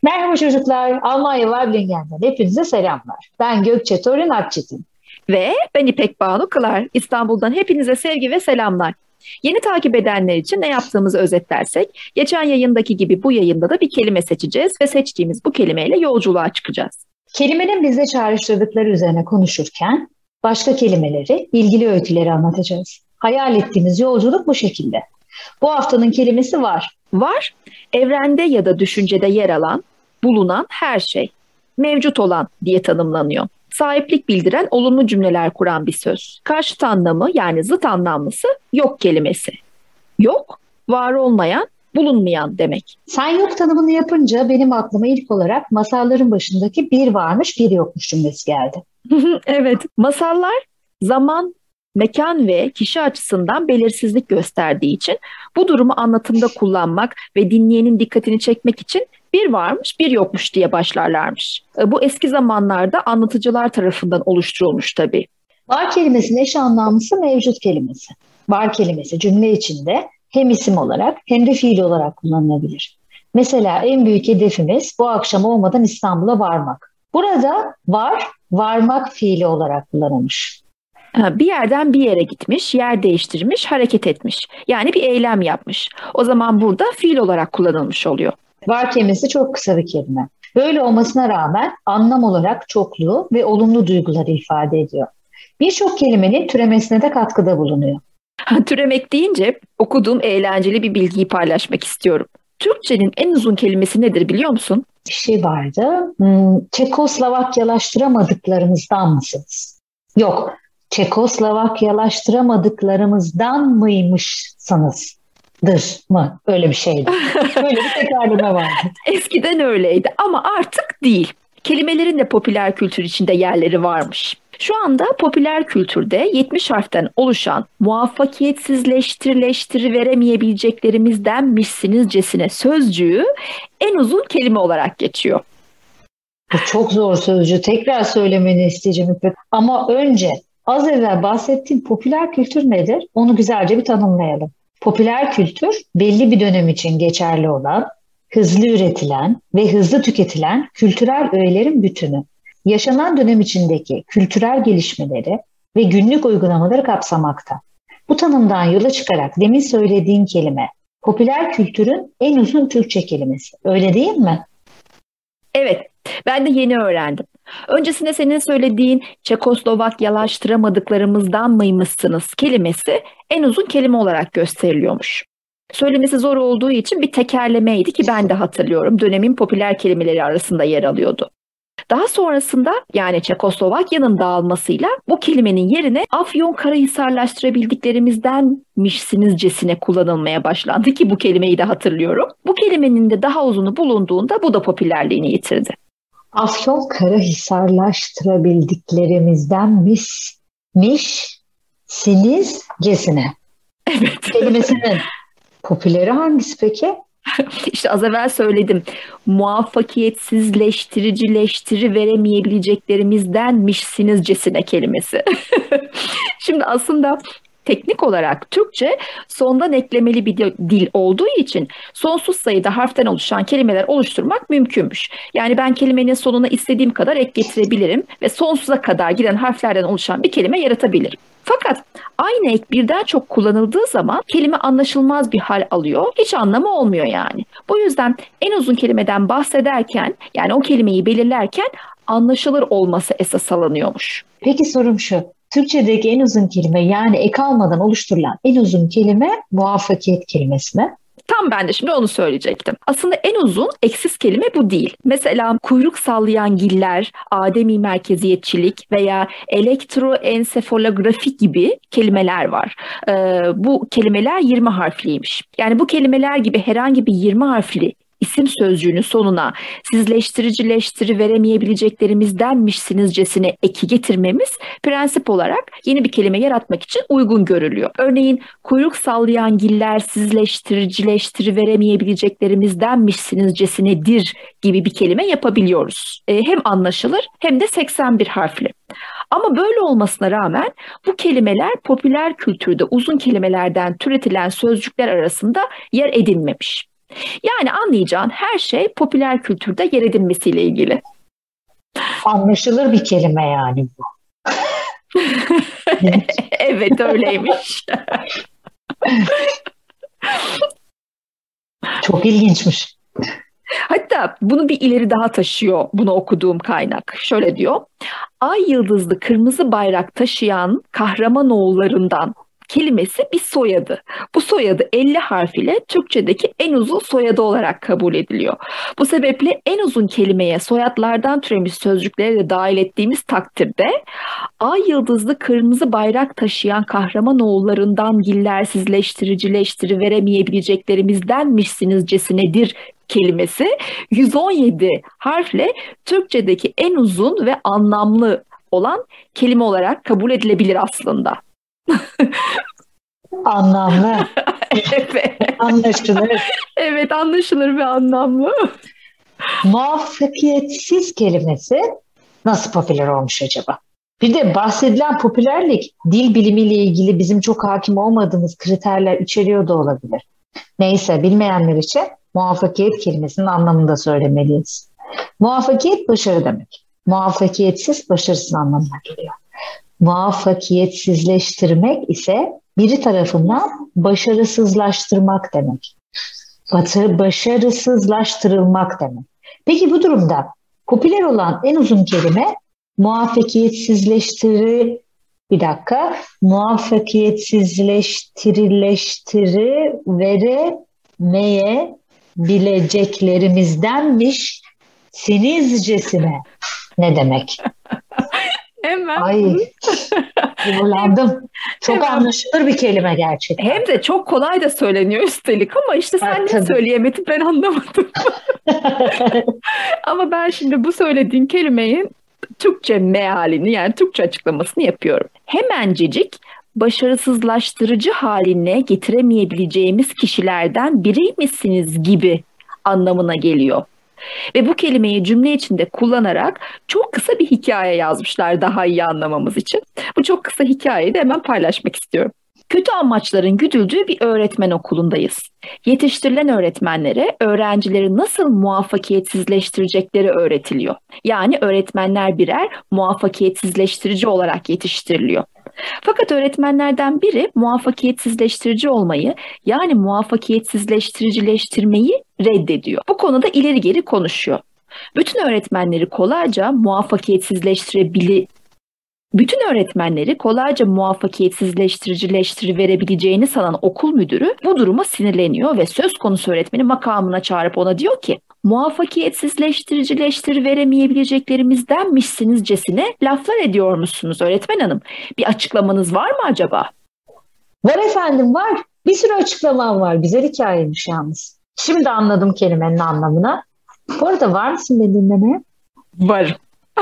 Merhaba çocuklar, Almanya Wablingen'den hepinize selamlar. Ben Gökçe Torin Akçetin. Ve ben İpek Banu Kılar. İstanbul'dan hepinize sevgi ve selamlar. Yeni takip edenler için ne yaptığımızı özetlersek, geçen yayındaki gibi bu yayında da bir kelime seçeceğiz ve seçtiğimiz bu kelimeyle yolculuğa çıkacağız. Kelimenin bize çağrıştırdıkları üzerine konuşurken başka kelimeleri, ilgili öyküleri anlatacağız. Hayal ettiğimiz yolculuk bu şekilde. Bu haftanın kelimesi var. Var, evrende ya da düşüncede yer alan, bulunan her şey. Mevcut olan diye tanımlanıyor. Sahiplik bildiren olumlu cümleler kuran bir söz. Karşıt anlamı yani zıt anlamlısı yok kelimesi. Yok, var olmayan, bulunmayan demek. Sen yok tanımını yapınca benim aklıma ilk olarak masalların başındaki bir varmış bir yokmuş cümlesi geldi. Evet, masallar zaman, mekan ve kişi açısından belirsizlik gösterdiği için bu durumu anlatımda kullanmak ve dinleyenin dikkatini çekmek için bir varmış bir yokmuş diye başlarlarmış. Bu eski zamanlarda anlatıcılar tarafından oluşturulmuş tabii. Var kelimesinin eş anlamlısı mevcut kelimesi. Var kelimesi cümle içinde hem isim olarak hem de fiil olarak kullanılabilir. Mesela en büyük hedefimiz bu akşam olmadan İstanbul'a varmak. Burada var, varmak fiili olarak kullanılmış. Bir yerden bir yere gitmiş, yer değiştirmiş, hareket etmiş. Yani bir eylem yapmış. O zaman burada fiil olarak kullanılmış oluyor. Var kelimesi çok kısa bir kelime. Böyle olmasına rağmen anlam olarak çokluğu ve olumlu duyguları ifade ediyor. Birçok kelimenin türemesine de katkıda bulunuyor. Türemek deyince okuduğum eğlenceli bir bilgiyi paylaşmak istiyorum. Türkçenin en uzun kelimesi nedir biliyor musun? Bir şey vardı. Çekoslovakyalaştıramadıklarımızdan mısınız? Yok. Çekoslovakyalaştıramadıklarımızdan mıymışsınızdır mı? Öyle bir şeydi. Böyle bir tekerleme vardı. Eskiden öyleydi ama artık değil. Kelimelerin de popüler kültür içinde yerleri varmış. Şu anda popüler kültürde 70 harften oluşan muvaffakiyetsizleştirilemeyebileceklerimizdenmişsinizcesine sözcüğü en uzun kelime olarak geçiyor. Bu çok zor sözcüğü. Tekrar söylemeni isteyeceğim İpek. Ama önce az evvel bahsettiğim popüler kültür nedir? Onu güzelce bir tanımlayalım. Popüler kültür belli bir dönem için geçerli olan, hızlı üretilen ve hızlı tüketilen kültürel öğelerin bütünü. Yaşanan dönem içindeki kültürel gelişmeleri ve günlük uygulamaları kapsamakta. Bu tanımdan yola çıkarak demin söylediğin kelime, popüler kültürün en uzun Türkçe kelimesi. Öyle değil mi? Evet, ben de yeni öğrendim. Öncesinde senin söylediğin Çekoslovakyalaştıramadıklarımızdan mıymışsınız kelimesi en uzun kelime olarak gösteriliyormuş. Söylemesi zor olduğu için bir tekerlemeydi ki ben de hatırlıyorum. Dönemin popüler kelimeleri arasında yer alıyordu. Daha sonrasında yani Çekoslovakya'nın dağılmasıyla bu kelimenin yerine Afyonkarahisarlaştırabildiklerimizdenmişsinizcesine kullanılmaya başlandı ki bu kelimeyi de hatırlıyorum. Bu kelimenin de daha uzunu bulunduğunda bu da popülerliğini yitirdi. Afyonkarahisarlaştırabildiklerimizdenmişsinizcesine. Evet. Kelimesinin popüleri hangisi peki? İşte az evvel söyledim. Muvaffakiyetsizleştiricileştiri veremeyebileceklerimizdenmişsinizcesine kelimesi. Şimdi aslında teknik olarak Türkçe sondan eklemeli bir dil olduğu için sonsuz sayıda harften oluşan kelimeler oluşturmak mümkünmüş. Yani ben kelimenin sonuna istediğim kadar ek getirebilirim ve sonsuza kadar giden harflerden oluşan bir kelime yaratabilirim. Fakat aynı ek birden çok kullanıldığı zaman kelime anlaşılmaz bir hal alıyor. Hiç anlamı olmuyor yani. Bu yüzden en uzun kelimeden bahsederken yani o kelimeyi belirlerken anlaşılır olması esas alınıyormuş. Peki sorum şu. Türkçedeki en uzun kelime yani ek almadan oluşturulan en uzun kelime muvaffakiyet kelimesi mi? Tam ben de şimdi onu söyleyecektim. Aslında en uzun eksiz kelime bu değil. Mesela kuyruk sallayan giller, ademi merkeziyetçilik veya elektroensefalografi gibi kelimeler var. Bu kelimeler 20 harfliymiş. Yani bu kelimeler gibi herhangi bir 20 harfli isim sözcüğünün sonuna sizleştiricileştiri veremeyebileceklerimizdenmişsinizcesine eki getirmemiz prensip olarak yeni bir kelime yaratmak için uygun görülüyor. Örneğin kuyruk sallayan giller sizleştiricileştiri veremeyebileceklerimizdenmişsinizcesinedir gibi bir kelime yapabiliyoruz. Hem anlaşılır hem de 81 harfli. Ama böyle olmasına rağmen bu kelimeler popüler kültürde uzun kelimelerden türetilen sözcükler arasında yer edinmemiş. Yani anlayacağın her şey popüler kültürde yer edinmesiyle ilgili. Anlaşılır bir kelime yani bu. Evet, öyleymiş. Çok ilginçmiş. Hatta bunu bir ileri daha taşıyor bunu okuduğum kaynak. Şöyle diyor. Ay yıldızlı kırmızı bayrak taşıyan Kahramanoğullarından kelimesi bir soyadı. Bu soyadı 50 harf ile Türkçedeki en uzun soyadı olarak kabul ediliyor. Bu sebeple en uzun kelimeye soyadlardan türemiş sözcükleri de dahil ettiğimiz takdirde ay yıldızlı kırmızı bayrak taşıyan Kahramanoğullarından gillersizleştiremeyebileceklerimizdenmişsinizcesindedir kelimesi 117 harfle Türkçedeki en uzun ve anlamlı olan kelime olarak kabul edilebilir aslında. Anlamlı. Evet. Anlaşılır. Evet, anlaşılır ve anlamlı. Muvaffakiyetsiz kelimesi nasıl popüler olmuş acaba? Bir de bahsedilen popülerlik dil bilimiyle ilgili bizim çok hakim olmadığımız kriterler içeriyor da olabilir. Neyse, bilmeyenler için muvaffakiyet kelimesinin anlamını da söylemeliyiz. Muvaffakiyet başarı demek. Muvaffakiyetsiz başarısız anlamına geliyor. Muvaffakiyetsizleştirmek ise biri tarafından başarısızlaştırmak demek. Başarısızlaştırılmak demek. Peki bu durumda popüler olan en uzun kelime muvaffakiyetsizleştiremeyebileceklerimizdenmiş sinizcesine. Ne demek? Hemen. Ay, zorlandım. Çok Hemen. anlaşılır bir kelime gerçekten. Hem de çok kolay da söyleniyor üstelik ama işte sen ne söyleyemedin, ben anlamadım. Ama ben şimdi bu söylediğin kelimeyi Türkçe mealini, yani Türkçe açıklamasını yapıyorum. Hemencecik başarısızlaştırıcı haline getiremeyebileceğimiz kişilerden biriymişsiniz gibi anlamına geliyor. Ve bu kelimeyi cümle içinde kullanarak çok kısa bir hikaye yazmışlar daha iyi anlamamız için. Bu çok kısa hikayeyi de hemen paylaşmak istiyorum. Kötü amaçların güdüldüğü bir öğretmen okulundayız. Yetiştirilen öğretmenlere öğrencileri nasıl muvaffakiyetsizleştirecekleri öğretiliyor. Yani öğretmenler birer muvaffakiyetsizleştirici olarak yetiştiriliyor. Fakat öğretmenlerden biri muvaffakiyetsizleştirici olmayı, yani muvaffakiyetsizleştiricileştirmeyi reddediyor. Bu konuda ileri geri konuşuyor. Bütün öğretmenleri kolayca muvaffakiyetsizleştirebileceğini sanan okul müdürü bu duruma sinirleniyor ve söz konusu öğretmeni makamına çağırıp ona diyor ki, muvaffakiyetsizleştiremeyebileceklerimizdenmişsinizcesine laflar ediyormuşsunuz öğretmen hanım. Bir açıklamanız var mı acaba? Var efendim, var. Bir sürü açıklamam var. Güzel hikayeymiş yalnız. Şimdi anladım kelimenin anlamını. Bu arada var mısın beni dinlemeye? Varım.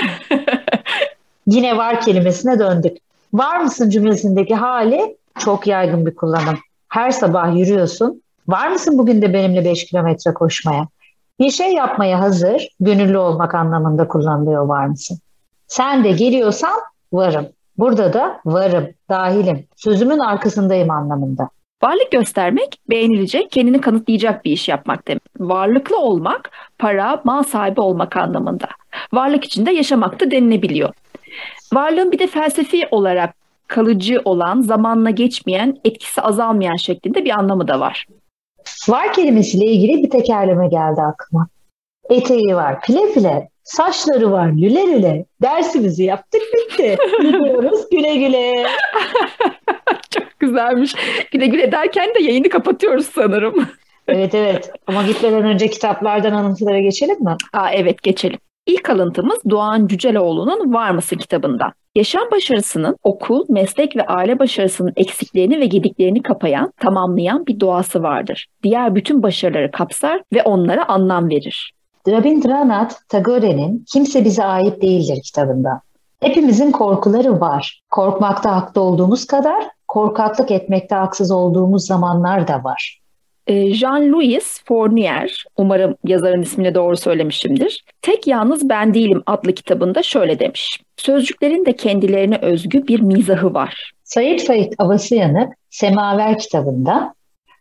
Yine var kelimesine döndük. Var mısın cümlesindeki hali çok yaygın bir kullanım. Her sabah yürüyorsun. Var mısın bugün de benimle 5 kilometre koşmaya? Bir şey yapmaya hazır, gönüllü olmak anlamında kullanılıyor var mısın? Sen de geliyorsan varım. Burada da varım, dahilim, sözümün arkasındayım anlamında. Varlık göstermek, beğenilecek, kendini kanıtlayacak bir iş yapmak demek. Varlıklı olmak, para, mal sahibi olmak anlamında. Varlık içinde yaşamak da denilebiliyor. Varlığın bir de felsefi olarak kalıcı olan, zamanla geçmeyen, etkisi azalmayan şeklinde bir anlamı da var. Var kelimesiyle ilgili bir tekerleme geldi aklıma. Eteği var pile pile, saçları var lüle lüle. Dersimizi yaptık bitti. Gidiyoruz güle güle. Çok güzelmiş. Güle güle derken de yayını kapatıyoruz sanırım. Evet. Ama gitmeden önce kitaplardan alıntılara geçelim mi? Evet, geçelim. İlk alıntımız Doğan Cüceloğlu'nun Var mısın kitabından. Yaşam başarısının okul, meslek ve aile başarısının eksiklerini ve gediklerini kapayan, tamamlayan bir doğası vardır. Diğer bütün başarıları kapsar ve onlara anlam verir. Rabindranath Tagore'nin Kimse Bize Ait Değildir kitabında. Hepimizin korkuları var. Korkmakta haklı olduğumuz kadar korkaklık etmekte haksız olduğumuz zamanlar da var. Jean-Louis Fournier, umarım yazarın ismini doğru söylemişimdir, Tek Yalnız Ben Değilim adlı kitabında şöyle demiş. Sözcüklerin de kendilerine özgü bir mizahı var. Said Faik Avasıyanık Semaver kitabında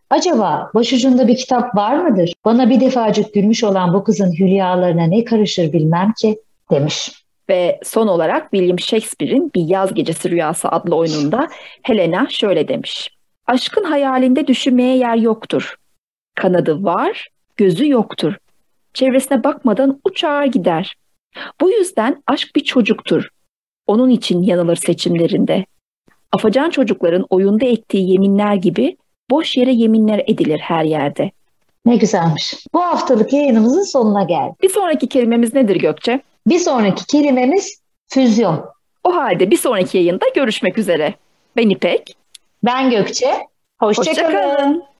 Acaba başucunda bir kitap var mıdır? Bana bir defacık gülmüş olan bu kızın hülyalarına ne karışır bilmem ki demiş. Ve son olarak William Shakespeare'in Bir Yaz Gecesi Rüyası adlı oyununda Helena şöyle demiş. Aşkın hayalinde düşünmeye yer yoktur. Kanadı var, gözü yoktur. Çevresine bakmadan uçar gider. Bu yüzden aşk bir çocuktur. Onun için yanılır seçimlerinde. Afacan çocukların oyunda ettiği yeminler gibi boş yere yeminler edilir her yerde. Ne güzelmiş. Bu haftalık yayınımızın sonuna geldik. Bir sonraki kelimemiz nedir Gökçe? Bir sonraki kelimemiz füzyon. O halde bir sonraki yayında görüşmek üzere. Ben İpek. Ben Gökçe. Hoşça kalın.